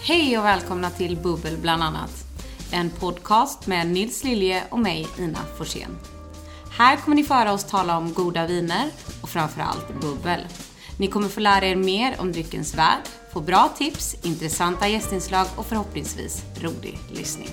Hej och välkomna till Bubbel bland annat. En podcast med Nils Lilje och mig, Ina Forsén. Här kommer ni föra oss tala om goda viner och framförallt bubbel. Ni kommer få lära er mer om dryckens värld, få bra tips, intressanta gästinslag och förhoppningsvis rolig lyssning.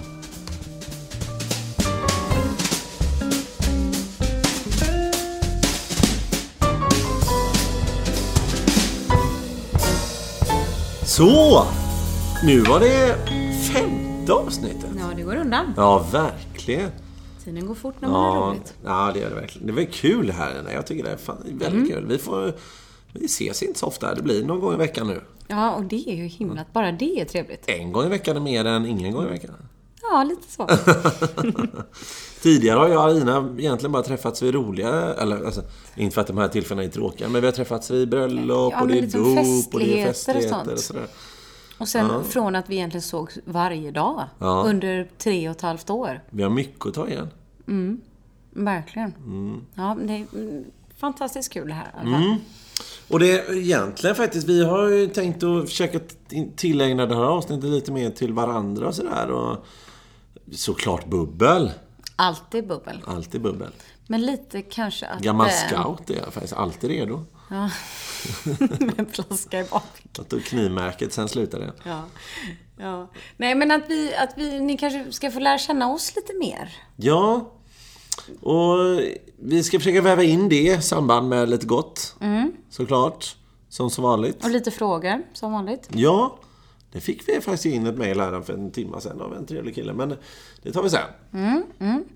Så, nu var det 5:e avsnittet. Ja, det går undan. Ja, verkligen. Tiden går fort när man har roligt. Ja, det gör det verkligen. Det var kul här. Jag tycker det är väldigt kul. Vi ses inte så ofta. Det blir någon gång i veckan nu. Ja, och det är ju himla. Bara det är trevligt. En gång i veckan är mer än ingen gång i veckan. Ja, lite så. Tidigare har jag och Ina egentligen bara träffats vid roliga, eller alltså, inte för att de här tillfällena är tråkiga, men vi har träffats vid bröllop och det är dop och det är festligheter och sådär. Och sen från att vi egentligen såg varje dag under 3,5 år. Vi har mycket att ta igen. Verkligen. Ja, det är fantastiskt kul det här i alla fall. Och det är egentligen faktiskt, vi har ju tänkt att försöka tillägna det här avsnittet lite mer till varandra och sådär. Och såklart bubbel. Alltid bubbel. Alltid bubbel. Men lite kanske att... Gammal scout är jag faktiskt alltid redo. Ja, med en flaska i bak. Jag tog knivmärket, sen slutade det. Ja. Nej, men att ni kanske ska få lära känna oss lite mer. Ja, och vi ska försöka väva in det i samband med lite gott. Såklart, som så vanligt. Och lite frågor, som vanligt. Ja, det fick vi faktiskt in ett mejl här för en timme sedan av en trevlig kille. Men det tar vi sen.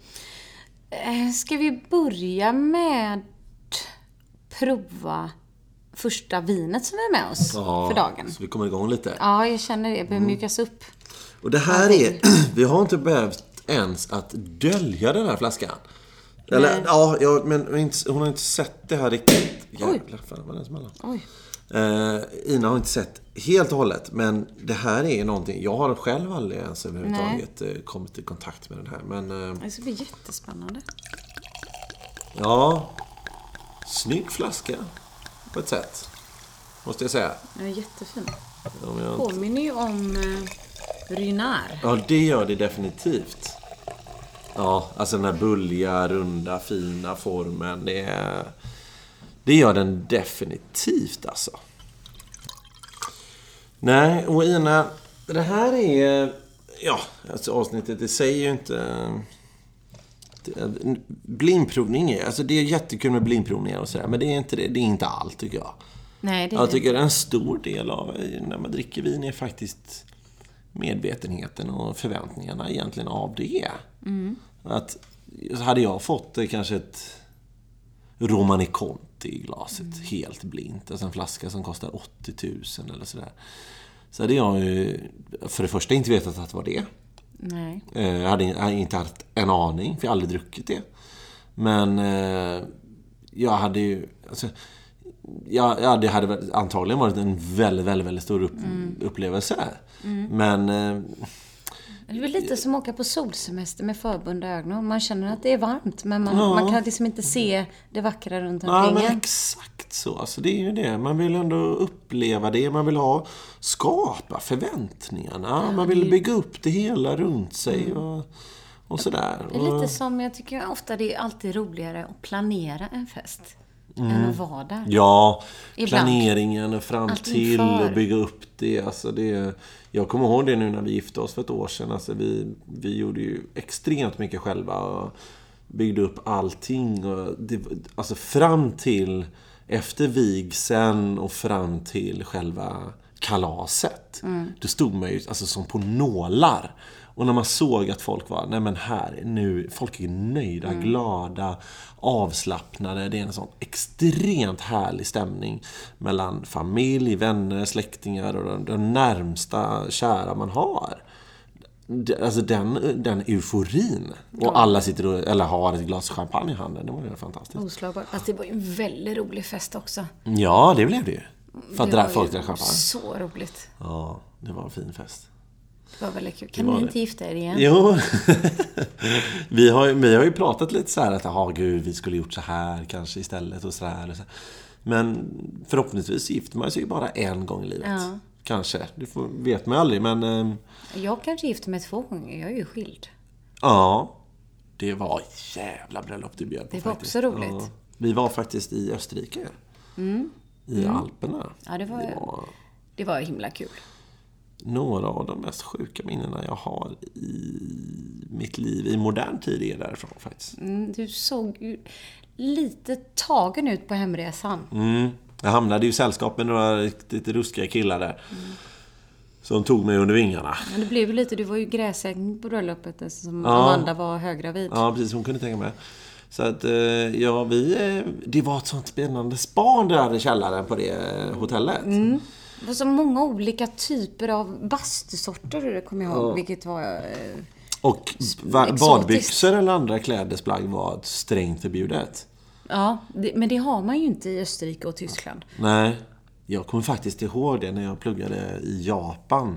Ska vi börja med prova första vinet som är med oss för dagen? Så vi kommer igång lite. Ja, jag känner det. Jag behöver mjukas upp. Och det här är... Vi har inte behövt ens att dölja den här flaskan. Eller, men hon har inte sett det här riktigt. Jävlar, fan vad den smäller. Oj. Ina har inte sett helt och hållet. Men det här är någonting... Jag har själv aldrig ens överhuvudtaget kommit i kontakt med den här. Men, det ska bli jättespännande. Ja. Snygg flaska. På ett sätt. Måste jag säga. Den är jättefin. Påminner ju om Rynar. Ja, det gör det definitivt. Ja, alltså den här bulliga, runda, fina formen. Det gör den definitivt alltså. Nej, och Ina, det här är... Ja, alltså avsnittet, det säger ju inte... Blindprovning är... Alltså det är jättekul med blindprovningar och sådär. Men det är inte det. Det är inte allt, tycker jag. Nej, jag tycker en stor del av när man dricker vin är faktiskt medvetenheten och förväntningarna egentligen av det. Att hade jag fått kanske ett Romani Conti i glaset helt blint, alltså en flaska som kostar 80 000 eller sådär, så hade jag ju för det första inte vetat att det var det. Nej. Jag hade inte haft en aning, för jag hade aldrig druckit det. Men jag hade ju det hade antagligen varit en väldigt, väldigt, väldigt stor upplevelse. Men det är väl lite som att åka på solsemester med förbundna ögon. Man känner att det är varmt, men man kan liksom inte se det vackra runt omkring. Ja, men exakt så. Alltså, det är ju det. Man vill ändå uppleva det. Man vill skapa förväntningarna. Man vill bygga upp det hela runt sig och sådär. Det är lite som, jag tycker ofta det är alltid roligare att planera en fest än att vara där. Ja, ibland. Planeringen och fram till och bygga upp det. Alltså jag kommer ihåg det nu när vi gifte oss för ett år sedan. Alltså vi gjorde ju extremt mycket själva och byggde upp allting. Och alltså fram till efter vigseln och fram till själva kalaset. Då stod man ju alltså som på nålar. Och när man såg att folk var, nej men här, nu, folk är nöjda, glada, avslappnade. Det är en sån extremt härlig stämning mellan familj, vänner, släktingar och de närmsta kära man har. Alltså den euforin. Och alla sitter eller har ett glas champagne i handen. Det var ju fantastiskt. Oslagbart. Fast det var ju en väldigt rolig fest också. Ja, det blev det ju. För att folk drack champagne. Så roligt. Ja, det var en fin fest. Det var väldigt kul. Kan ni inte gifta er igen? Jo. vi har ju pratat lite så här att gud, vi skulle gjort så här kanske istället och så här. Men förhoppningsvis gifter man sig ju bara en gång i livet. Ja. kanske. Vet man aldrig, men... Jag kanske gifte mig 2 gånger. Jag är ju skild. Ja, det var jävla bröllop du bjöd på. Det var faktiskt också roligt. Ja. Vi var faktiskt i Österrike. I Alperna. Ja, det var himla kul. Några av de mest sjuka minnena jag har i mitt liv i modern tid är därifrån faktiskt. Du såg ju lite tagen ut på hemresan. Jag hamnade i sällskap med några riktigt ruskiga killar där. Som tog mig under vingarna. Men det blev ju lite, du var ju gräsägg på bröllopet eftersom Amanda var höggravid. Ja, precis, hon kunde tänka mig. Så att, det var ett sånt spännande span där i källaren på det hotellet. Det var så många olika typer av bastusorter, det kommer jag ihåg, vilket var och badbyxor eller andra klädesplagg var strängt förbjudet. Ja, men det har man ju inte i Österrike och Tyskland. Nej, jag kommer faktiskt ihåg det när jag pluggade i Japan.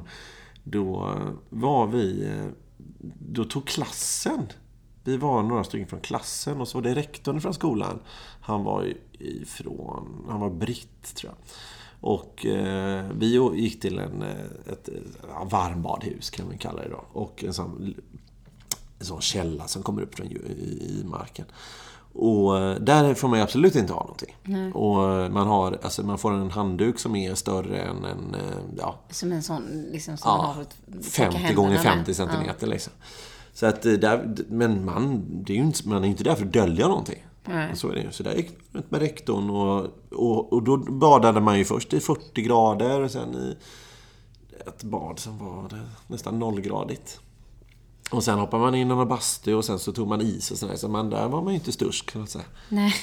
Då tog klassen. Vi var några stycken från klassen och så var det rektorn från skolan. Han var britt, tror jag. Och vi gick till ett varmbadhus kan man kalla det då. Och en sån källa som kommer upp från i marken. Och där får man ju absolut inte ha någonting. Nej. Och man får en handduk som är större än en som en sån liksom som man har 50 gånger 50 centimeter liksom. Så att men man är inte där för att dölja någonting. Nej. Så är det ju. Så där gick man med rektorn och då badade man ju först i 40 grader och sen i ett bad som var nästan 0-gradigt. Och sen hoppade man in i någon bastu och sen så tog man is och sådär. Så där var man ju inte störst, kan man säga. Nej.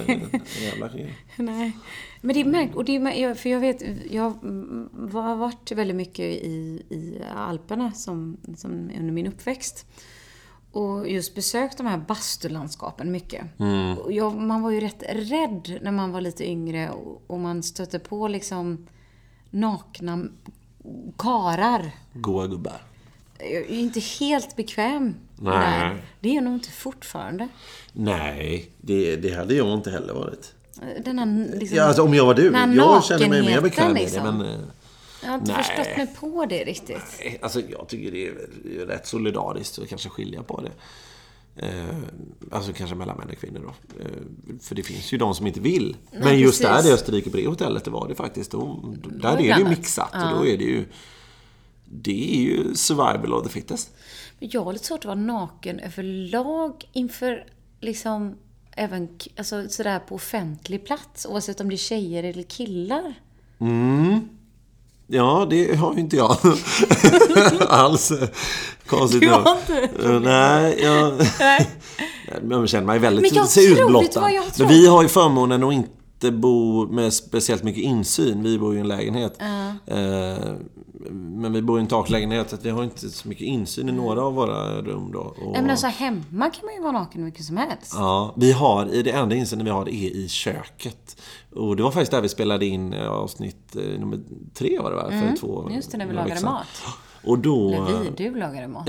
Nej. Men det är märkt, för jag vet, jag har varit väldigt mycket i Alperna som under min uppväxt. Och just besökt de här bastulandskapen mycket. Och man var ju rätt rädd när man var lite yngre och man stötte på liksom nakna karar. Goa gubbar. Jag är inte helt bekväm. Nej. Där. Det är nog inte fortfarande. Nej, det hade jag inte heller varit. Den här, liksom, alltså, om jag var du, jag känner mig mer bekväm liksom. Men jag har inte förstått mig på det riktigt. Nej, alltså jag tycker det är rätt solidariskt att kanske skilja på det. Alltså kanske mellan män och kvinnor då. För det finns ju de som inte vill. Nej, men just precis. Där i Österrike på det hotellet, det var det faktiskt. Där är det ju mixat. Ja. Och då är det är ju survival of the fittest. Jag har lite svårt att vara naken överlag inför liksom även alltså, sådär på offentlig plats. Oavsett om det är tjejer eller killar. Ja, det har ju inte jag alls konstigt. Du har inte? Nej, jag känner mig väldigt utblottad. Men vi har ju förmånen att inte bo med speciellt mycket insyn. Vi bor ju i en lägenhet. Men vi bor i en taklägenhet så att vi har inte så mycket insyn i några av våra rum då. Men alltså hemma kan man ju vara naken mycket som helst. Ja, vi har, det enda insynen vi har är i köket. Och det var faktiskt där vi spelade in avsnitt nummer 3 var det va? För 2. Just det, när vi lagade mat. Och då... Du lagade mat.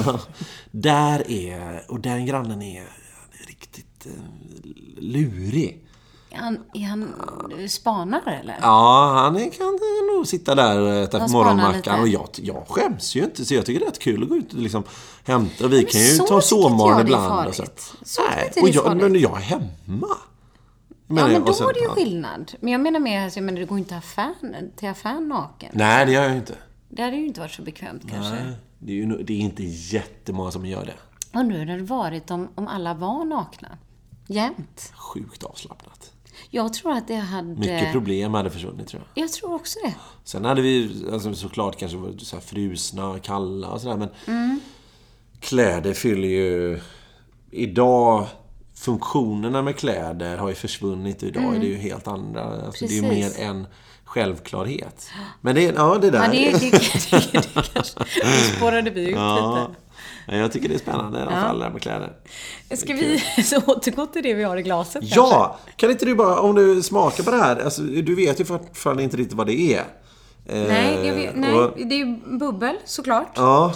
Den grannen är riktigt lurig. Är han spanar eller? Ja, han kan nog sitta där och äta på morgonmackan. Och jag skäms ju inte, så jag tycker det är rätt kul att gå ut och liksom hämta. Vi kan ju ta sovmorgon ibland. Och så. Men jag är hemma. Men då är det ju skillnad. Men jag menar mer, alltså, du går inte till affären naken. Nej, det gör jag inte. Det hade ju inte varit så bekvämt kanske. Nej, det är inte jättemånga som gör det. Och nu hade det varit om alla var nakna. Jämt. Sjukt avslappnat. Jag tror att det hade... Mycket problem hade försvunnit, tror jag. Jag tror också det. Sen hade vi såklart kanske varit så här frusna, kalla och sådär. Men kläder fyller ju... Idag... Funktionerna med kläder har ju försvunnit. Idag är det ju helt andra. Alltså, det är ju mer en självklarhet. Men det där... Ja, det kanske spårade vi ut lite. Ja, jag tycker det är spännande i alla fall där med kläder. Ska vi så återgå till det vi har i glaset? Ja, kanske? Kan inte du bara, om du smakar på det här, alltså, du vet ju fortfarande inte riktigt vad det är. Nej, det är ju bubbel såklart. Ja.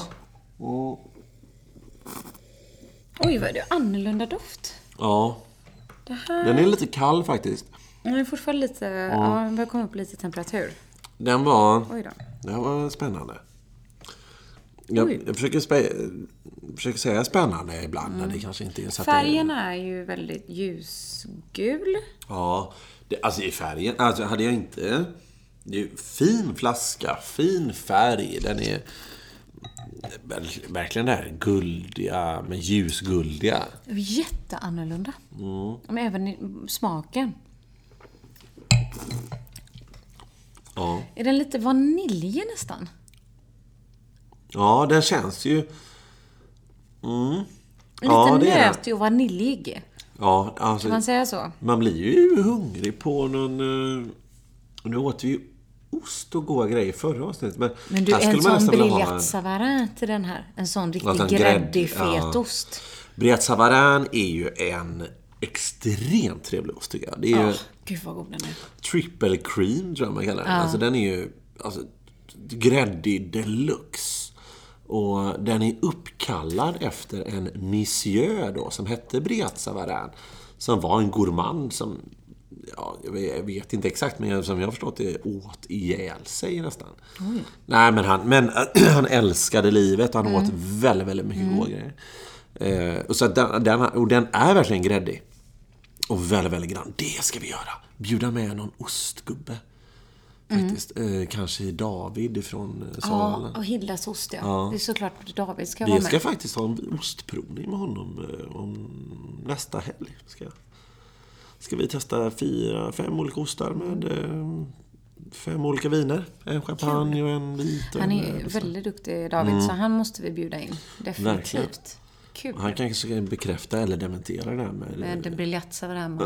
Oj, vad är det annorlunda doft. Ja. Den är lite kall faktiskt. Den är fortfarande lite, den börjar komma upp lite temperatur. Den var spännande. Jag försöker säga spännande ibland när det kanske inte är så att Färgerna är ju väldigt ljusgul. Ja, alltså i färgen, alltså hade jag inte... Det är ju fin flaska, fin färg. Den är verkligen där guldiga, med ljusguldiga. Jätteannorlunda. Men även i smaken. Ja. Är den lite vanilj nästan? Ja, den känns ju... Lite nötig och vaniljig. Ja, alltså... Kan man säga så? Man blir ju hungrig på någon... Nu åt vi ju ost och goda grejer förra avsnittet. Men du, en sån Brillat Savarin till den här. En sån riktigt gräddig fetost. Brillat Savarin är ju en extremt trevlig ost tycker jag. Det är ju gud vad god den är. Triple cream tror jag man kallar den. Alltså den är ju gräddig deluxe. Och den är uppkallad efter en monsieur då som hette Brillat Savarin. Som var en gourmand som... Ja, jag vet inte exakt, men som jag har förstått det åt ihjäl sig nästan. Oj. Nej, men han älskade livet och han åt väldigt, väldigt mycket goda grejer. Och så den är verkligen gräddig. Och väldigt, väldigt grann. Det ska vi göra. Bjuda med någon ostgubbe. Faktiskt. Kanske David från Salen. Ja, och Hildas ost, ja. Det är såklart David ska vara med. Vi ska faktiskt ha en ostprovning med honom om nästa helg. Ska vi testa 4-5 olika ostar med 5 olika viner. En champagne och en vit. Han är väldigt duktig, David, så han måste vi bjuda in. Definitivt. Verkligen. Kul. Han kanske ska bekräfta eller dementera det här med Brillat Savarin.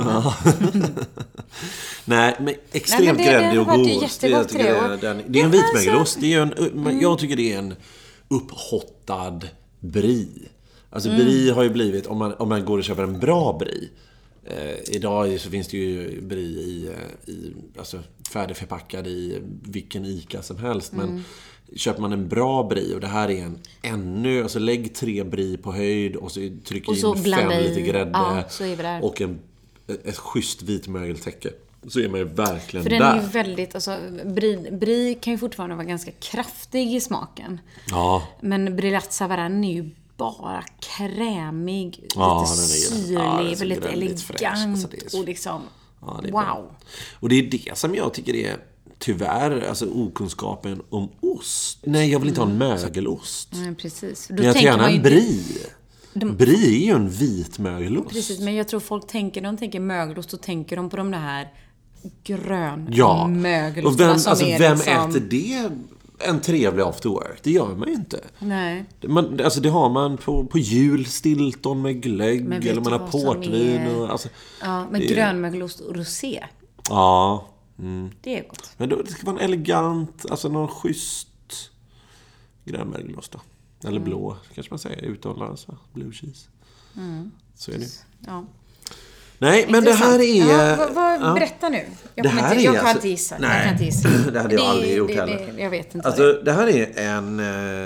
Nej, men extremt gräddig och god ost. Det är en vitmögelost. Jag tycker det är en upphottad brie. Alltså brie har ju blivit, om man går och köper en bra brie. Idag så finns det ju brie i alltså färdigförpackad i vilken ICA som helst. Men köper man en bra brie och det här är en ännu... Alltså lägg 3 brie på höjd och så tryck in 5 lite grädde och ett schysst vitmögeltäcke. Så är man ju verkligen där. För den är ju väldigt... Alltså, brie kan ju fortfarande vara ganska kraftig i smaken. Ja. Men Brillat Savarin är ju bara krämig, lite syrlig, väldigt elegant och liksom wow. Bra. Och det är det som jag tycker är tyvärr, alltså okunskapen om ost. Nej, jag vill inte ha en mögelost. Nej, precis. Men jag tar gärna en brie. Brie är ju en vit mögelost. Precis, men jag tror folk tänker, när de tänker mögelost, så tänker de på de här grön mögelostarna som är vem liksom... äter det en trevlig after work? Det gör man ju inte. Nej. Alltså det har man på jul, stilton med glögg eller man har portvin och, alltså, men grönmögelost och rosé. Ja. Det är gott. Men det ska vara en elegant, alltså någon schysst grönmögelost då. Eller blå, kanske man säger, utomlands, så blue cheese. Så är det. Ja. Nej, men intressant. Det här är... Berätta nu. Jag kan inte gissa. Nej, det hade jag aldrig gjort heller. Jag vet inte. Alltså, det här är en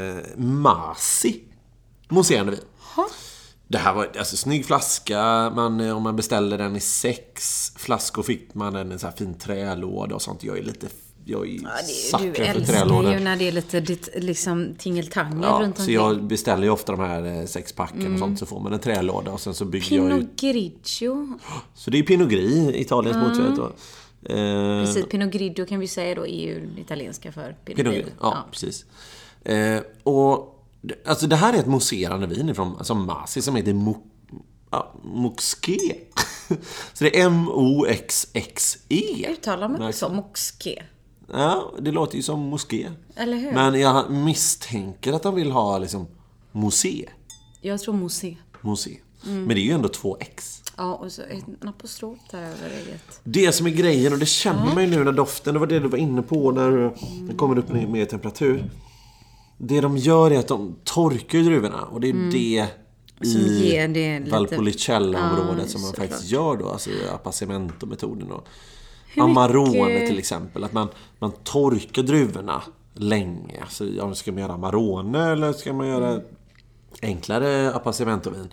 Masi mousserande vin. Det här var alltså snygg flaska. Om man beställde den i 6 flaskor fick man en så här fin trälåda och sånt. Jag är sackar för trälådor. Du älskar ju när det är lite liksom tingeltangel runt omkring. Så jag beställer ju ofta de här 6-packen och sånt, så får man en trälåda och sen så bygger jag ut... Pinot Grigio. Så det är Pinot Gris, Italiens motsvarighet då. Precis, Pinot Grigio kan vi säga då är ju italienska för Pinot Gris. Ja, precis. Och alltså det här är ett mousserande vin från Masi som heter Moxé. Så det är M-O-X-X-E. Uttalar man så, Moxé? Ja, det låter ju som moské. Eller hur? Men jag misstänker att de vill ha liksom mosé. Jag tror mosé. Men det är ju ändå 2X. Ja, och så en apostrof där över eget. Det som är grejen, och det känner man ju nu när doften, det var det du var inne på när det kommer upp mer temperatur. Det de gör är att de torkar druvorna, och det är det i Valpolicella-området som man faktiskt gör då, alltså appassimento-metoden och Amarone till exempel, att man torkar druvorna länge. Alltså, ska man göra Amarone eller ska man göra enklare appassimento-vin?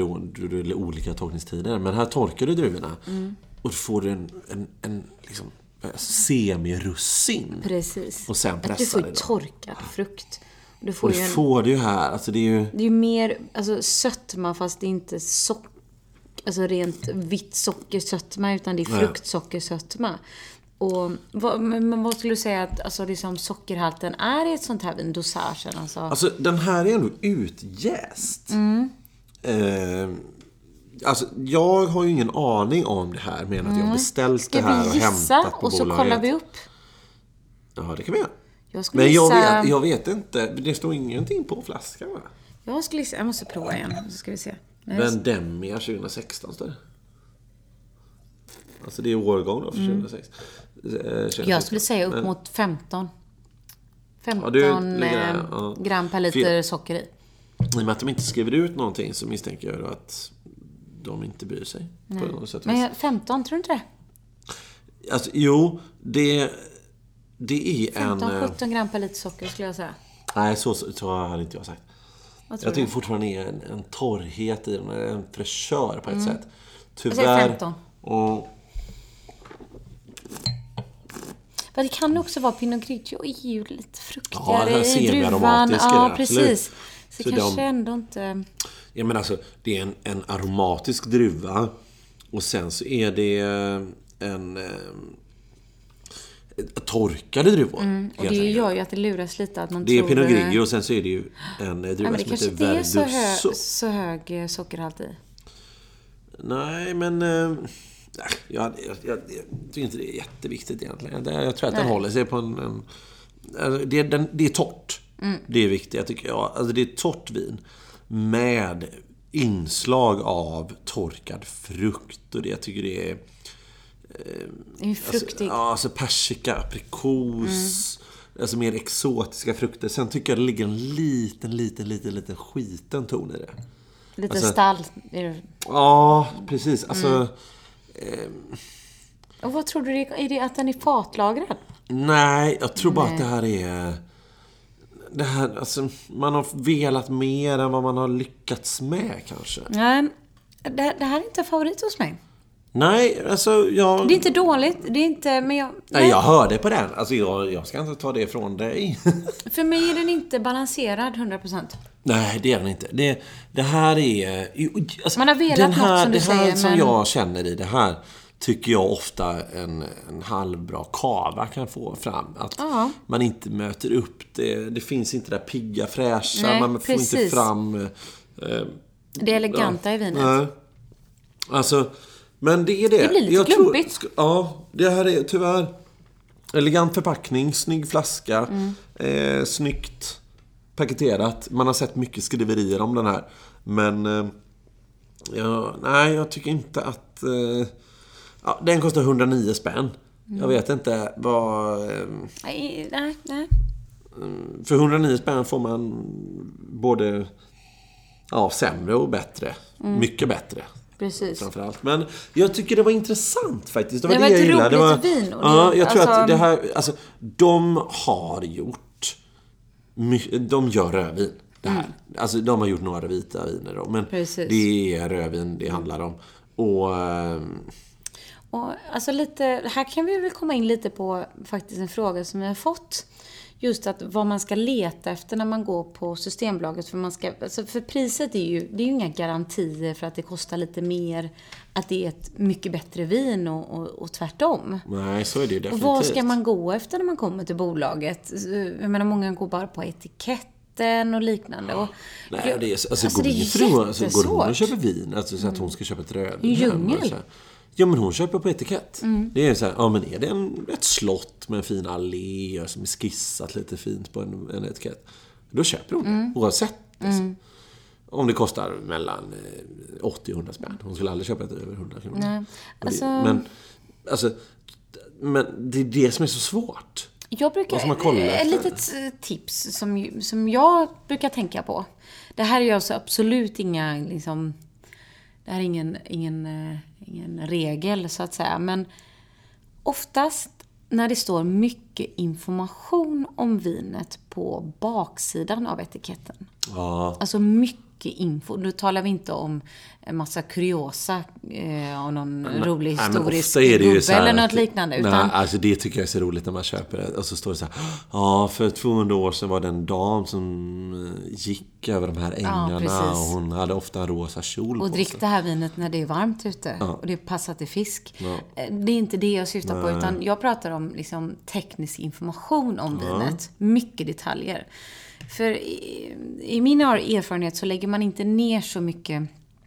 Beroende olika torkningstider. Men här torkar du druvorna och får du en liksom semirussin. Precis. Och sen pressar att du får det torkad frukt. Du får och du får det ju här. Alltså det är ju mer sötma, fast det är inte rent vitt sockersötma, utan det är fruktsockersötma. Och vad skulle du säga att liksom sockerhalten är i ett sånt här vin, dosagen? Alltså den här är ändå utjäst. Alltså jag har ju ingen aning om det här, men att jag har beställt det här och hämtat på bolaget. Och så kollar vi upp. Ja, det kan vi göra. Men jag vet inte. Det står ingenting på flaskan, va? Jag måste prova igen, så ska vi se. Vendemmia 2016 står det. Alltså det är årgång då för 2006. Jag skulle säga upp mot 15 gram per liter socker i. I och med att de inte skriver ut någonting, så misstänker jag då att de inte bryr sig. På något sätt. Men 15, tror du inte det? Alltså, jo, det är 15-17 gram per liter socker, skulle jag säga. Nej, så hade inte jag sagt. Jag tycker fortfarande det är en torrhet i den, en fräschör på ett sätt. Tyvärr. Jag säger 15. Men det kan också vara Pinot Grigio är ju lite fruktigare i druvan. Ja, precis. Så kanske ändå inte... Ja, men alltså, det är en aromatisk druva. Och sen så är det en torkade druvor. Och det gör ju att det luras lite att man det tror... är Pinot Grigio och sen så är det ju en druva som heter Verdusso. Det kanske inte är så hög sockerhalt i. Nej, men... Jag tycker inte det är jätteviktigt egentligen. Jag tror att den håller sig på en det är torrt. Det är viktigt, tycker jag. Alltså det är torrt vin med inslag av torkad frukt. Och det jag tycker det är fruktig. Alltså persika, aprikos, alltså mer exotiska frukter. Sen tycker jag det ligger en liten skiten ton i det. Lite stall. Ja, precis. Alltså... Och vad tror du? Är det att den är fatlagrad? Nej, jag tror bara att det här är... Det här, alltså, man har velat mer än vad man har lyckats med, kanske. Nej, det här är inte en favorit hos mig. Nej, alltså jag... Det är inte dåligt, det är inte... Men Nej, jag hörde på den. Alltså jag ska inte ta det från dig. För mig är den inte balanserad 100%. Nej, det är den inte. Det här är... Alltså, man har velat något, som du säger. Det här som jag känner i det här tycker jag ofta en halvbra kava kan få fram. Att man inte möter upp det. Det finns inte det där pigga, fräscha. Nej, man får inte fram... det eleganta i vinet. Nej. Alltså... Men det är det. Det blir lite klumpigt. Det här är tyvärr elegant förpackning, snygg flaska, snyggt paketerat. Man har sett mycket skriverier om den här. Men jag tycker inte att... den kostar 109 spänn. Jag vet inte vad... Nej. För 109 spänn får man både sämre och bättre. Mycket bättre. Precis. Framförallt. Men jag tycker det var intressant faktiskt. Det var ett roligt vin. Jag tror att det här... Alltså, de har gjort... De gör rödvin. Det här. Alltså, de har gjort några vita viner då, men precis. Det är rödvin det handlar om. Och alltså lite... Här kan vi väl komma in lite på faktiskt en fråga som vi har fått. Just att vad man ska leta efter när man går på Systembolaget. För priset det är ju inga garantier för att det kostar lite mer. Att det är ett mycket bättre vin och tvärtom. Nej, så är det ju definitivt. Och vad ska man gå efter när man kommer till bolaget? Jag menar, många går bara på etiketten och liknande. Och nej, det är, alltså, det är jättesvårt. Går hon och köper vin, alltså så att hon ska köpa ett rödvin. Djungel. Ja, men hon köper på etikett. Det är så här, men är det ett slott med en fin allé som är skissat lite fint på en etikett, då köper hon det, oavsett. Alltså. Om det kostar mellan 80 och 100 spänn. Hon skulle aldrig köpa ett över 100 kronor. Nej, alltså... Men det är det som är så svårt. Jag brukar... Ett litet tips som jag brukar tänka på. Det här är ju alltså absolut inga... Liksom, det här är ingen regel, så att säga. Men oftast när det står mycket information om vinet på baksidan av etiketten. Ja. Alltså mycket mycket info. Nu talar vi inte om en massa kuriosa och någon rolig historisk gubbe eller något liknande. Nej, alltså det tycker jag är så roligt när man köper det. Och så står det så här, ja, för 200 år sedan var det en dam som gick över de här ängarna och hon hade ofta en rosa kjol och drick det här vinet när det är varmt ute och det passar till fisk. Det är inte det jag syftar på, utan jag pratar om liksom teknisk information om vinet. Mycket detaljer. För i min erfarenhet så lägger man inte ner så mycket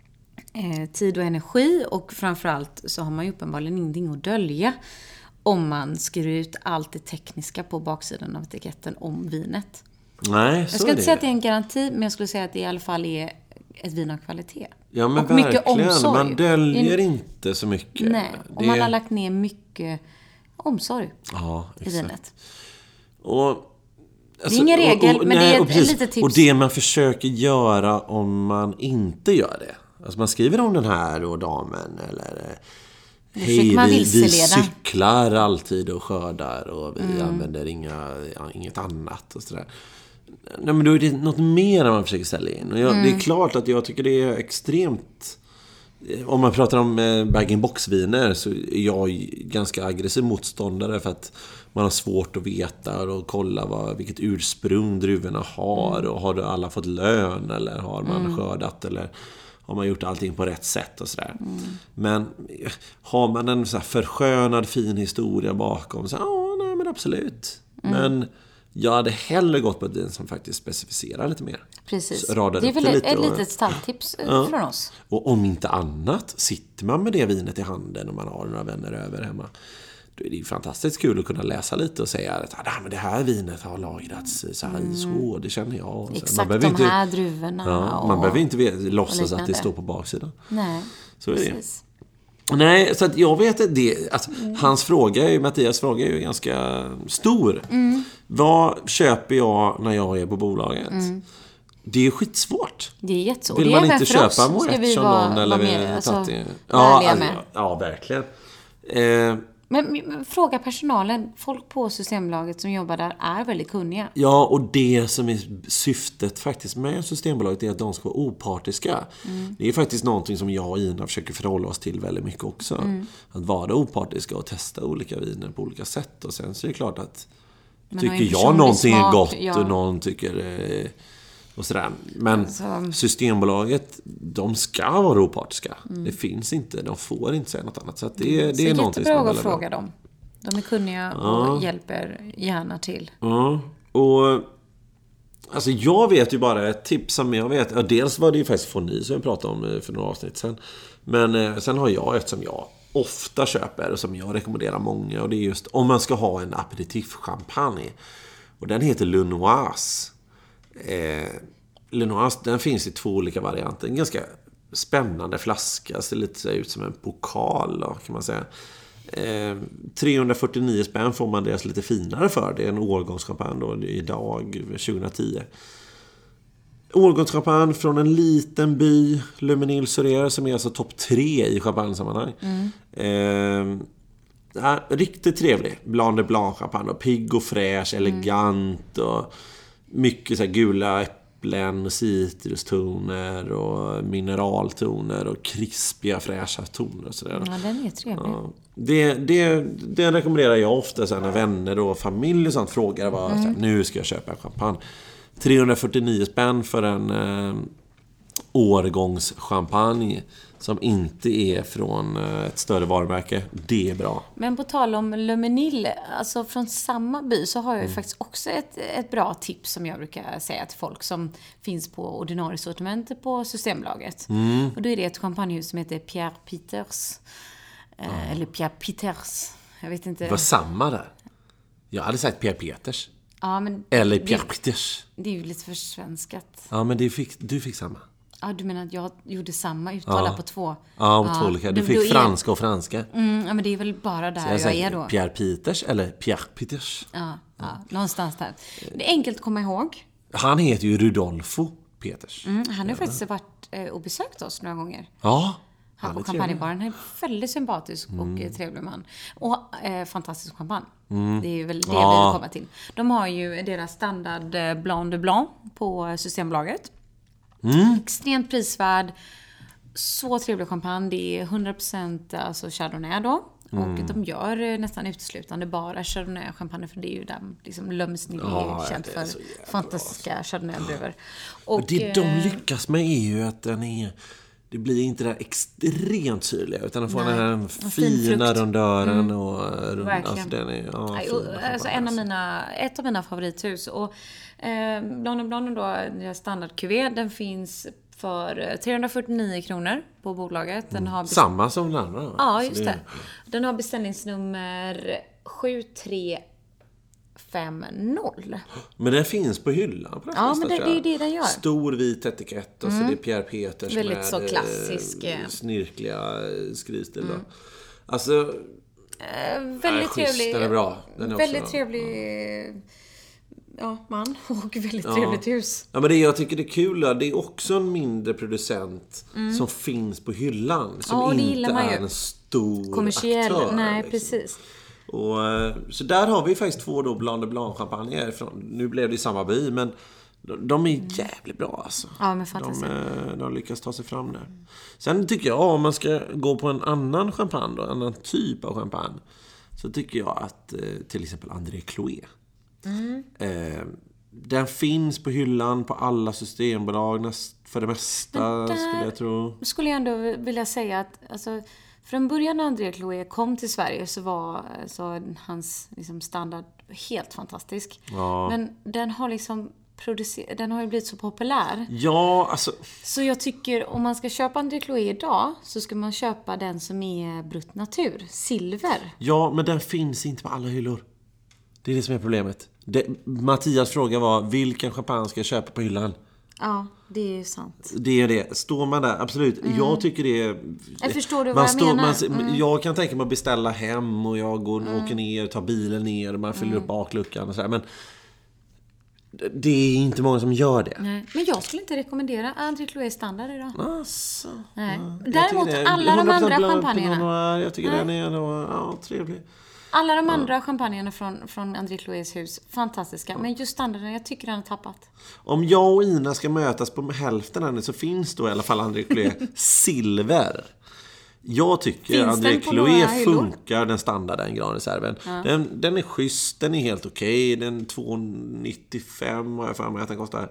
tid och energi, och framförallt så har man ju uppenbarligen ingenting att dölja om man skriver ut allt det tekniska på baksidan av etiketten om vinet. Nej, jag ska inte säga att det är en garanti, men jag skulle säga att det i alla fall är ett vin av kvalitet. Ja, men och mycket omsorg. Man döljer inte så mycket. Nej, och man har lagt ner mycket omsorg i vinet. Och det är ingen regel, men det är ett litet tips. Och det man försöker göra om man inte gör det. Alltså man skriver om den här och damen eller hej, vi cyklar alltid och skördar och vi använder inget annat och sådär. Nej, men då är det något mer man försöker ställa in. Och det är klart att jag tycker det är extremt. Om man pratar om bag-in-box-viner så är jag ganska aggressiv motståndare, för att man har svårt att veta och kolla vilket ursprung druvorna har, och har alla fått lön eller har man skördat eller har man gjort allting på rätt sätt och sådär. Men har man en så här förskönad fin historia bakom så nej men absolut. Men jag hade hellre gått på ett vin som faktiskt specificerar lite mer. Precis. Det är väl ett litet stalltips från oss. Och om inte annat, sitter man med det vinet i handen och man har några vänner över hemma, då är det ju fantastiskt kul att kunna läsa lite och säga att men det här vinet har lagrats så här så, det känner jag. Exakt, man de här druvorna. Man behöver inte låtsas att det står på baksidan. Nej, så är det. Nej, så att jag vet att det, alltså, Mattias fråga är ju ganska stor. Vad köper jag när jag är på bolaget? Det är skitsvårt. Det är jättesvårt. Vill man inte köpa Moët Chandon eller Tatti? Ja, verkligen. Men fråga personalen. Folk på Systembolaget som jobbar där är väldigt kunniga. Ja, och det som är syftet faktiskt med Systembolaget är att de ska vara opartiska. Det är faktiskt någonting som jag och Ina försöker förhålla oss till väldigt mycket också. Att vara opartiska och testa olika viner på olika sätt. Och sen så är det klart att tycker jag någonting är gott och någon tycker och sådär. Men Systembolaget, de ska vara opartiska. Det finns inte, de får inte säga något annat. Så att det är någonting som är att fråga dem. De är kunniga och hjälper gärna till. Och alltså jag vet ju bara ett tips som jag vet. Dels var det ju faktiskt Fonny som jag pratade om för några avsnitt sen. Men sen har jag ett som jag ofta köper och som jag rekommenderar många. Och det är just om man ska ha en aperitif-champagne. Och den heter Lenoise. Lenoise, den finns i 2 olika varianter. En ganska spännande flaska, ser lite ut som en pokal då, kan man säga. 349 spänn får man deras lite finare för. Det är en årgångschampagne då, idag 2010. Årgångschampagne från en liten by, Le Mesnil-sur-Ère, som är alltså topp 3 i champagnesammanhang. Riktigt trevlig. Blanc de Blanc champagne och pigg och fräsch, elegant och mycket så här gula äpplen, citrustoner och mineraltoner och krispiga fräscha toner och sådär. Ja, den är trevlig. Det rekommenderar jag ofta så här, när vänner och familj och sånt frågar så här, nu ska jag köpa en champagne. 349 spänn för en årgångschampagne som inte är från ett större varumärke. Det är bra. Men på tal om Le Mesnil, alltså från samma by, så har jag ju faktiskt också ett bra tips som jag brukar säga till folk som finns på ordinarie sortimentet på Systembolaget. Och då är det ett champagnehus som heter Pierre Peters. Eller Pierre Peters. Jag vet inte. Det var samma där. Jag hade sagt Pierre Peters. Ja, men eller Pierre Peters. Det är ju lite försvenskat. Ja, men du fick samma. Ja, du menar att jag gjorde samma uttal på 2? Ja, på 2 olika. Du fick franska och franska. Ja, men det är väl bara där jag är då. Pierre Peters eller Pierre Peters. Ja, någonstans där. Det är enkelt att komma ihåg. Han heter ju Rudolfo Peters. Han har faktiskt varit och besökt oss några gånger. Ja. Han på champagnebaren. Han är väldigt sympatisk och trevlig man. Och fantastisk champagne. Det är väl det vi vill komma till. De har ju deras standard Blanc de Blanc på Systembolaget. Extremt prisvärd. Så trevlig champagne. Det är 100% alltså Chardonnay då. Och de gör nästan uteslutande bara Chardonnay-champagne. För det är ju där liksom Lömsnig är känt för fantastiska Chardonnay-druvor. Och det de lyckas med är ju att det blir inte det extremt syrliga, utan den får den här fina rondören och verkligen. Den är alltså ett av mina favorithus. Och Blonde då, standard-QV, den finns för 349 kronor på bolaget. Den har samma som den andra. Ja, just det. Den har beställningsnummer 7350. Men den finns på hyllan på men det är det den gör. Stor vit etikett och så det är Pierre Peters väldigt med så klassisk snirkliga skrivstil då. Alltså väldigt trevlig. Den är bra. Den är väldigt också, trevlig man och väldigt trevligt hus. Ja, men det jag tycker det är kul, det är också en mindre producent som finns på hyllan, som inte är en stor kommersiell aktör. Nej, liksom. Precis. Och, så där har vi faktiskt 2 då Blanc de Blanc-champagne från. Nu blev det i samma by, men de är jävligt bra alltså. Ja, men fantastiskt. De lyckas ta sig fram där. Sen tycker jag, om man ska gå på en annan champagne då, en annan typ av champagne, så tycker jag att till exempel André Chloé. Den finns på hyllan på alla systembolag för det mesta, skulle jag tro. Skulle jag ändå vilja säga att alltså, från början när André Chloé kom till Sverige så var hans liksom, standard helt fantastisk. Ja. Men den har liksom den har ju blivit så populär. Ja, alltså. Så jag tycker, om man ska köpa André Chloé idag, så ska man köpa den som är Brut Natur, silver. Ja, men den finns inte på alla hyllor. Det är det som är problemet. Mattias fråga var, vilken champagne ska jag köpa på hyllan? Ja, det är ju sant. Det är det. Står man där, absolut. Jag tycker det är... Jag förstår du vad jag menar. Jag kan tänka mig att beställa hem och jag åker ner, tar bilen ner och man fyller upp bakluckan och sådär. Men det är inte många som gör det. Nej. Men jag skulle inte rekommendera André Chloé standard idag. Alltså, nej. Däremot alla de andra champagnerna. Jag tycker den är trevlig. Alla de andra champagnerna från André Chloés hus, fantastiska. Men just standarden, jag tycker den har tappat. Om jag och Ina ska mötas på hälften här, så finns då i alla fall André Chloé silver. Jag tycker André Chloé funkar, den standarden, Granreserven. Ja. Den är schysst, den är helt okej. Den 2,95 har jag för mig att den kostar.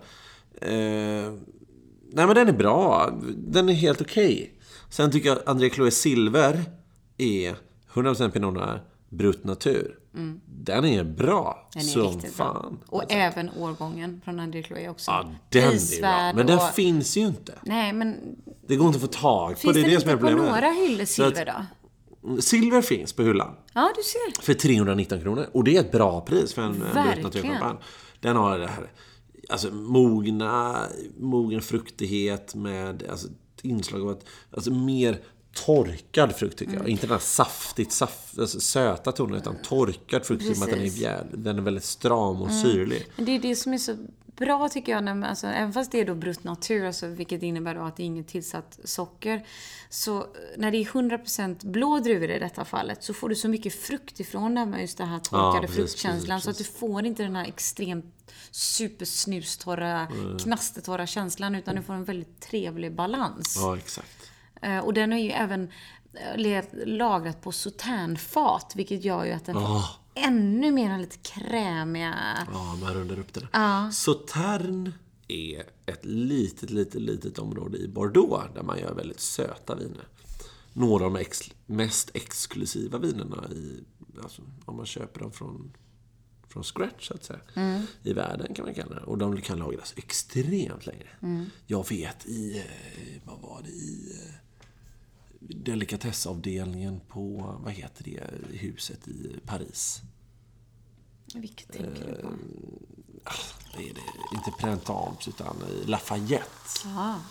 Nej, men den är bra. Den är helt okej. Sen tycker jag André Chloé silver är 100% Pinot Noir. Brut Natur. Den är bra. Den är som riktigt fan. Bra. Och alltså. Även årgången från André Chloé också. Ja, den är bra. Men den finns ju inte. Nej, men det går inte att få tag på. Finns det är det det som är inte på några hyllor silver då? Silver finns på hyllan. Ja, du ser. För 319 kronor. Och det är ett bra pris för en Brut Natur-champagne. Den har det här, alltså mogen fruktighet med alltså, inslag av alltså mer torkad frukt, tycker jag. Inte den här alltså söta tonen, utan torkad frukt. Som att den är väldigt stram och syrlig. Men det är det som är så bra, tycker jag, när, alltså, även fast det är då Brut Natur, alltså, vilket innebär då att det är inget tillsatt socker, så när det är 100% blå druvor i detta fallet, så får du så mycket frukt ifrån det med just den här torkade fruktkänslan, så att du får inte den här extremt supersnustorra, knastertorra känslan, utan du får en väldigt trevlig balans. Ja, exakt. Och den är ju även lagrat på sauternfat, vilket gör ju att den får ännu mer lite krämiga. Ja, man rundar upp det. Sautern är ett litet område i Bordeaux där man gör väldigt söta viner. Några av de mest exklusiva vinerna alltså, om man köper dem från scratch, så att säga. I världen, kan man kalla det. Och de kan lagras extremt länge. Jag vet i delikatessavdelningen på, vad heter det huset i Paris? Vilket tänker du på? Det är det, inte Printemps utan Lafayette.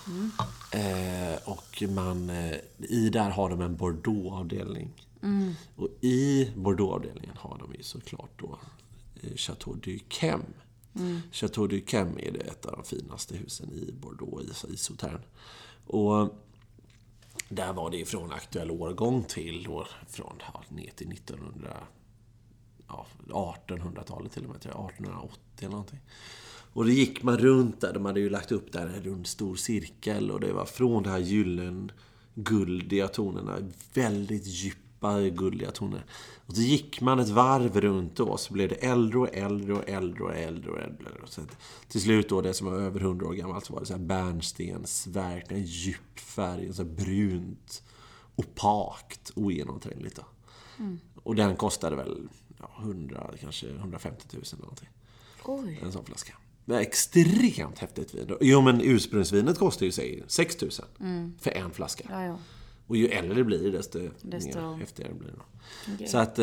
Och där har de en Bordeaux-avdelning. Och i Bordeaux-avdelningen har de ju såklart då Chateau d'Yquem. Chateau d'Yquem är det ett av de finaste husen i Bordeaux, i Sautern. Och där var det från aktuell årgång till ner till 1800-talet till och med, 1880 eller någonting. Och det gick man runt där. De hade ju lagt upp där en rund stor cirkel. Och det var från det här guldiga tonerna. Väldigt djupa guldiga toner. Och så gick man ett varv runt då. Så blev det äldre och äldre och äldre och äldre och äldre. Och så till slut då, det som var över 100 år gammalt, så var det så här bärnstensverk. En djup färg. Så här brunt. Opakt. Ogenomträngligt då. Och den kostade väl 100, kanske 150 000 eller någonting. Oj. En sån flaska. Det är extremt häftigt vin. Jo, men ursprungsvinet kostar ju sig 6 000 för en flaska. Ja. Och ju äldre det blir, desto mer häftigare blir det då. Okay. Så att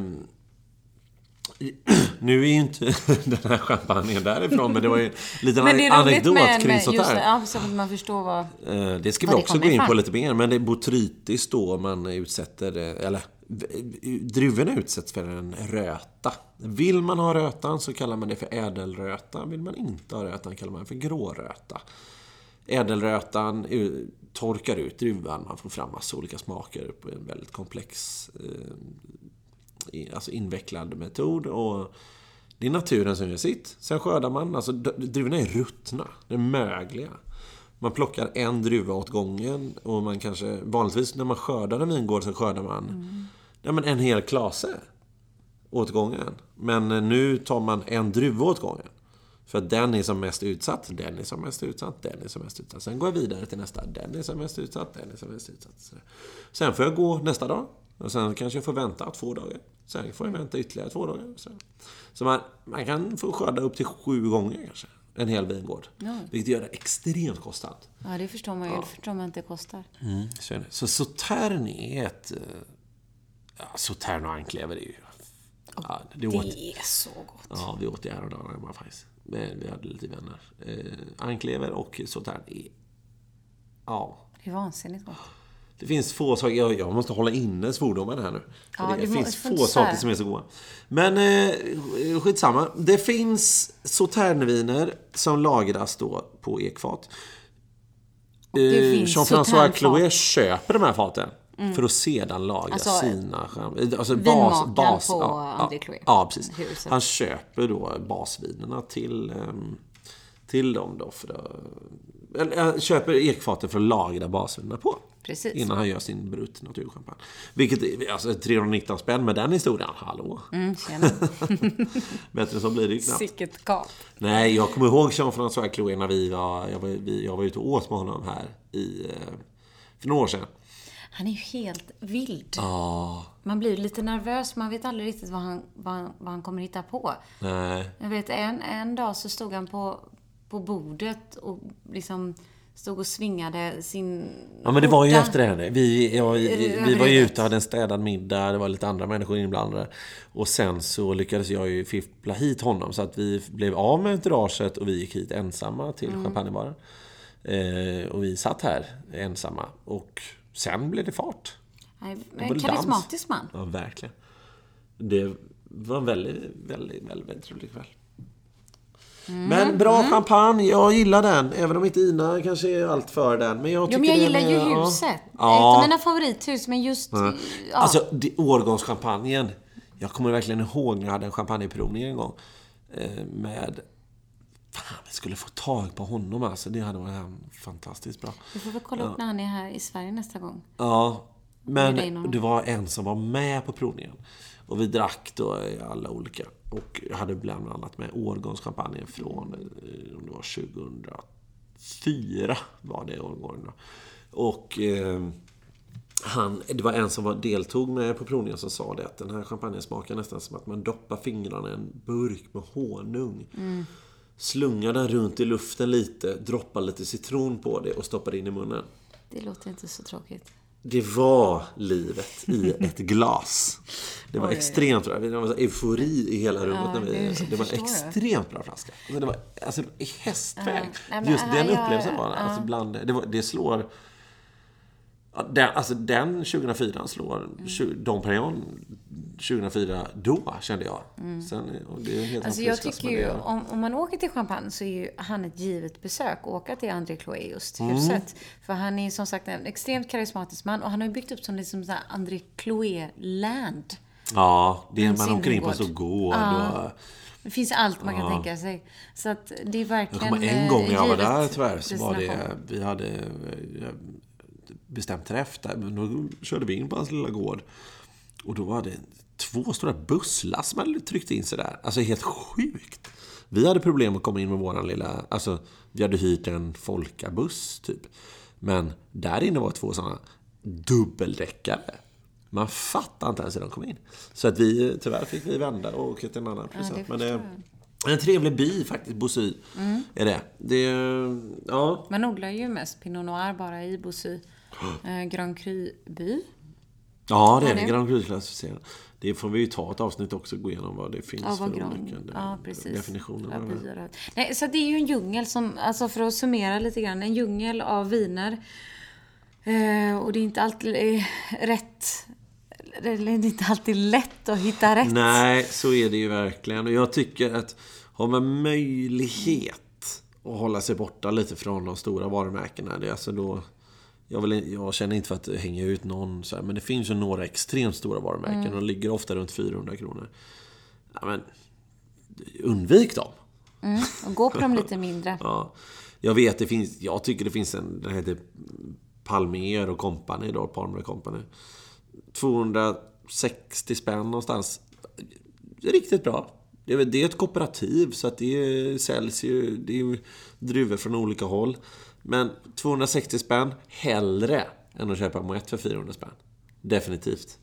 nu är ju inte den här champagnen därifrån, men det var ju en liten anekdot kring sånt här. Ja, så att man förstår vad det ska vi också gå in på lite mer, men det är botrytis då man utsätter, eller druvorna utsätts för en röta. Vill man ha rötan så kallar man det för ädelröta. Vill man inte ha rötan kallar man det för gråröta. Ädelrötan torkar ut druvan. Man får fram massa olika smaker på en väldigt komplex, alltså invecklad metod. Och det är naturen som gör sitt. Sen skördar man, alltså druvorna är ruttna, de är mögliga. Man plockar en druva åt gången. Och man kanske, vanligtvis när man skördar en vingård så skördar man en hel klase åt gången. Men nu tar man en druva åt gången. För att den är som mest utsatt, den är som mest utsatt, den är som mest utsatt. Sen går jag vidare till nästa, den är som mest utsatt, den är som mest utsatt. Sen får jag gå nästa dag. Och sen kanske jag får vänta 2 dagar. Sen får jag vänta ytterligare 2 dagar. Så man kan få skörda upp till 7 gånger kanske. En hel vingård. Ja. Vilket gör det extremt kostsamt. Ja, det förstår man ju. Det förstår man inte kostar. Så Sautern är ett... Sautern och anklever är ju... Ja, det är så gott. Ja, vi åt det här och dagarna hemma faktiskt. Vi hade lite vänner. Anklever och Sautern är... Ja. Det är vansinnigt gott. Det finns få saker... Jag måste hålla inne svordomarna här nu. Det finns få saker som är så goda. Men skitsamma. Det finns Sauternviner som lagras då på ekfat. Jean-François Chloé köper de här faten. För att sedan lagra sina... Alltså bas på André Chloé. Ja, precis. Han köper då basvinerna till dem då. Eller köper ekfaten för att lagra basvinerna på. Precis. Innan han gör sin brut naturchampagne. Vilket är alltså 319 spänn med den historien. Hallå. Tjena. Bättre så blir det ju knappt. Sicket kap. Nej, jag kommer ihåg Jean-François Chloé när jag var ute och åt med honom här för några år sedan. Han är ju helt vild. Ja. Man blir lite nervös. Man vet aldrig riktigt vad han kommer hitta på. Nej. Jag vet, en dag så stod han på bordet och liksom stod och svingade sin... Ja, men det var ju efter det här. Vi var ju ute och hade en städad middag. Det var lite andra människor inblandade. Och sen så lyckades jag ju fiffla hit honom. Så att vi blev av med entouraget och vi gick hit ensamma till champagnebaren. Och vi satt här ensamma. Och sen blev det fart. En karismatisk man. Ja, verkligen. Det var en väldigt, väldigt, väldigt, väldigt trevlig kväll. Men bra champagne, jag gillar den. Även om inte Ina kanske är allt för den. Men jag gillar ju huset. Ett av mina favorithus. Men just... Ja. Alltså, årgångschampagnen. Jag kommer verkligen ihåg när jag hade en champagneprovning en gång. Med... Fan, vi skulle få tag på honom. Alltså. Det hade varit fantastiskt bra. Vi får väl kolla upp när han är här i Sverige nästa gång. Ja, men det var en som var med på provningen. Och vi drack då alla olika. Och jag hade bland annat med årgångschampagnen från, om det var 2004 var det årgången då. Och det var en som deltog med på provningen som sa det att den här champagnen smakar nästan som att man doppar fingrarna i en burk med honung. Slungar den runt i luften lite, droppar lite citron på det och stoppar in i munnen. Det låter inte så tråkigt. Det var livet i ett glas. Det var extremt bra. Det var eufori i hela rummet. Det var extremt bra flaska. Det var alltså i hästväg. Just den upplevelsen var alltså bland det slår den 2004 slår Dom Perignon 2004 då kände jag. Sen det är helt alltså jag tycker ju om man åker till Champagne så är ju han ett givet besök åka till André Chloé just huset. För han är som sagt en extremt karismatisk man och han har ju byggt upp som liksom så här André Chloé land. Ja, det är man åker in på så gård och Det finns allt man kan tänka sig. Så att det är verkligen... Jag kommer en gång jag var där tyvärr, så var det... Vi hade bestämt träff där. Men då körde vi in på hans lilla gård. Och då var det 2 stora busslass som hade tryckt in sig där. Alltså helt sjukt. Vi hade problem att komma in med våran lilla... Alltså, vi hade hyrt en folkabuss typ. Men där inne var 2 sådana dubbeldäckare. Man fattar inte ens hur de kom in. Så att tyvärr fick vi vända och åka till en annan present. Men det är en trevlig by faktiskt, Bossy. Är det. Ja. Man odlar ju mest Pinot Noir bara i Bossy. Grand Cru-by. Ja, det är det. Grand Cru-klassificerat. Det får vi ju ta ett avsnitt också och gå igenom vad det finns för olika definitioner. Nej, så det är ju en djungel som, alltså för att summera lite grann, en djungel av viner. Och det är inte alltid rätt. Det är inte alltid lätt att hitta rätt. Nej, så är det ju verkligen. Och jag tycker att har man möjlighet att hålla sig borta lite från de stora varumärkena, det är alltså då... Jag känner inte för att hänga ut någon så här, men det finns ju några extremt stora varumärken och de ligger ofta runt 400 kronor. Ja, men undvik dem. Och gå på dem lite mindre. Ja. Jag tycker det finns den heter Palmer och Company då, Palmer Company. 260 spänn någonstans. Det är riktigt bra. Det är ett kooperativ så att det säljs ju, det är ju druvor från olika håll. Men 260 spänn hellre än att köpa Moët för 400 spänn. Definitivt.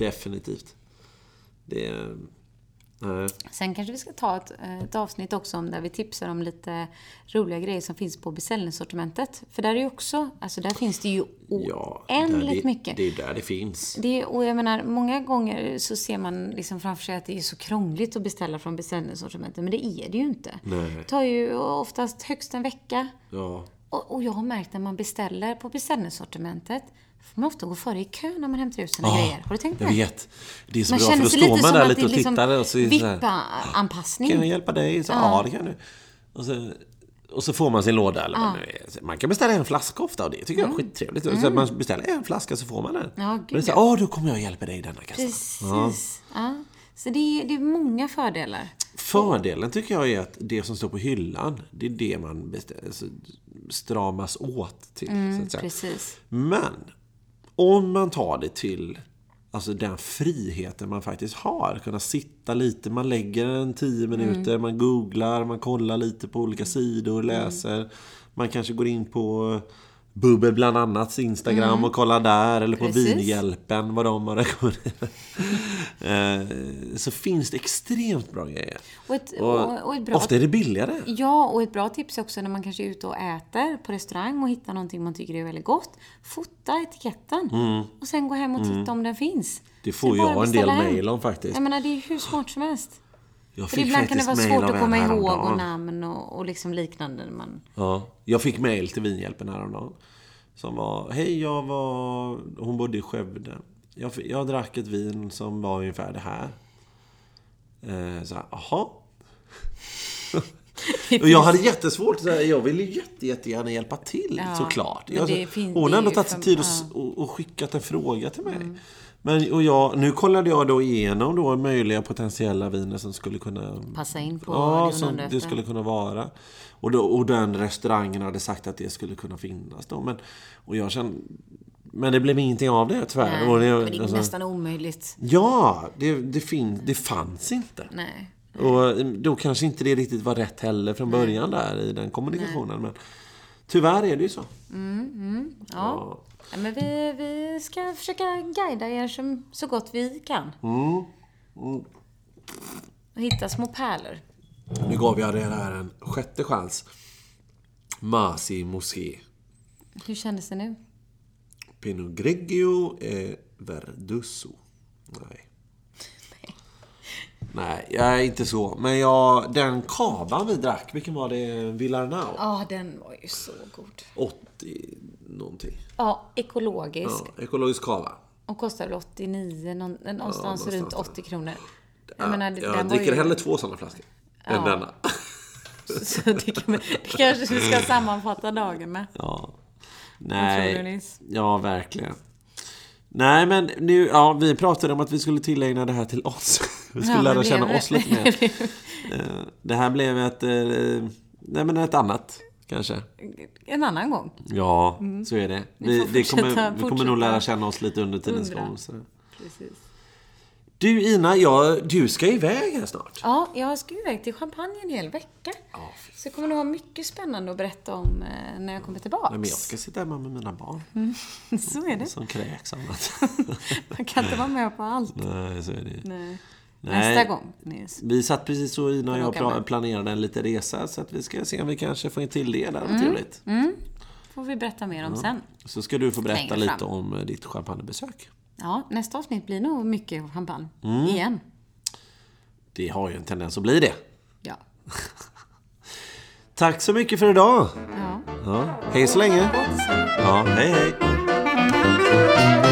Det är... Sen kanske vi ska ta ett avsnitt också om där vi tipsar om lite roliga grejer som finns på beställningssortimentet. För där är ju också, alltså där finns det ju oändligt mycket. Det är där det finns. Och jag menar, många gånger så ser man liksom framför sig att det är så krångligt att beställa från beställningssortimentet. Men det är det ju inte. Nej. Det tar ju oftast högst en vecka. Ja. Och jag har märkt när man beställer på beställningssortimentet får man ofta gå före i kö när man hämtar ut sina grejer. Har du tänkt på det? Jag vet. Det är så man bra för då står man där lite och tittar och så vippa-anpassning. Kan jag hjälpa dig? Så, ja, det kan du. Och så får man sin låda. Eller man kan beställa en flaska ofta och det tycker jag är skittrevligt. Så man beställer en flaska så får man den. Ja, och det så, då kommer jag hjälpa dig i denna kassan. Precis. Ja. Så det är många fördelar. Fördelen tycker jag är att det som står på hyllan, det är det man stramas åt till. Så att säga. Precis. Men om man tar det till alltså den friheten man faktiskt har, kunna sitta lite, man lägger en 10 minuter, man googlar, man kollar lite på olika sidor, läser, man kanske går in på Bubbel bland annat Instagram och kollar där, eller på Vinhjälpen vad de har rekommenderat. Så finns det extremt bra grejer. Och ett bra, ofta är det billigare. Ja, och ett bra tips också när man kanske är ute och äter på restaurang och hittar någonting man tycker är väldigt gott. Fota etiketten och sen gå hem och titta om den finns. Det får jag en del mejl om faktiskt. Jag menar, det är hur smart som helst. För ibland kan det vara svårt att komma ihåg och namn och liksom liknande. Ja, jag fick mejl till Vinhjälpen häromdagen. Som var, hej, hon bodde i Skövde. Jag drack ett vin som var ungefär det här. Så här, aha. Och jag hade jättesvårt att säga, jag ville jättegärna hjälpa till, såklart. Hon har ändå tagit sig tid och skickat en fråga till mig. Men, nu kollade jag då igenom då möjliga potentiella viner som skulle kunna passa in på som det skulle kunna vara. Och den restaurangen hade sagt att det skulle kunna finnas då. Men det blev ingenting av det tyvärr. Nej, men det är nästan omöjligt. Ja, det fanns inte. Nej. Och då kanske inte det riktigt var rätt heller från början där i den kommunikationen. Men tyvärr är det ju så. Ja. Men vi ska försöka guida er så gott vi kan. Och hitta små pärlor. Nu gav jag det här en sjätte chans. Masi Mosé. Hur kändes det nu? Pinot Grigio Verdusso. Nej, jag är inte så. Men den kavan vi drack, vilken var det? Villarnau? Ja, den var ju så god. 80 någonting. Ja, ekologisk. Ja, ekologisk kava. Och kostar väl 89, någonstans runt 80 kronor. Jag dricker hellre 2 sådana flaskor än denna. Så det kanske vi ska sammanfatta dagen med. Ja. Nej. Ja, verkligen. Nej, men nu, vi pratade om att vi skulle tillägna det här till oss. Vi skulle lära känna oss lite mer. Det här blev ett annat kanske. En annan gång. Ja, så är det. Vi kommer nog lära känna oss lite under tidens gång. Precis. Du Ina, du ska iväg här snart. Ja, jag ska iväg till Champagne en hel vecka. Ja, så jag kommer nog ha mycket spännande att berätta om när jag kommer tillbaka. Nej, men jag ska sitta hemma med mina barn. Så är det. Som kräks annat. Man kan inte vara med på allt. Nej, så är det. Nej. Nästa gång. Vi satt precis så Ina och jag planerade en liten resa. Så att vi ska se om vi kanske får in till det. Där var trevligt. Får vi berätta mer om sen. Så ska du få berätta lite om ditt champagnebesök. Ja, nästa avsnitt blir nog mycket champagne. Igen. Det har ju en tendens att bli det. Ja. Tack så mycket för idag. Ja. Hej så länge. Ja, hej hej.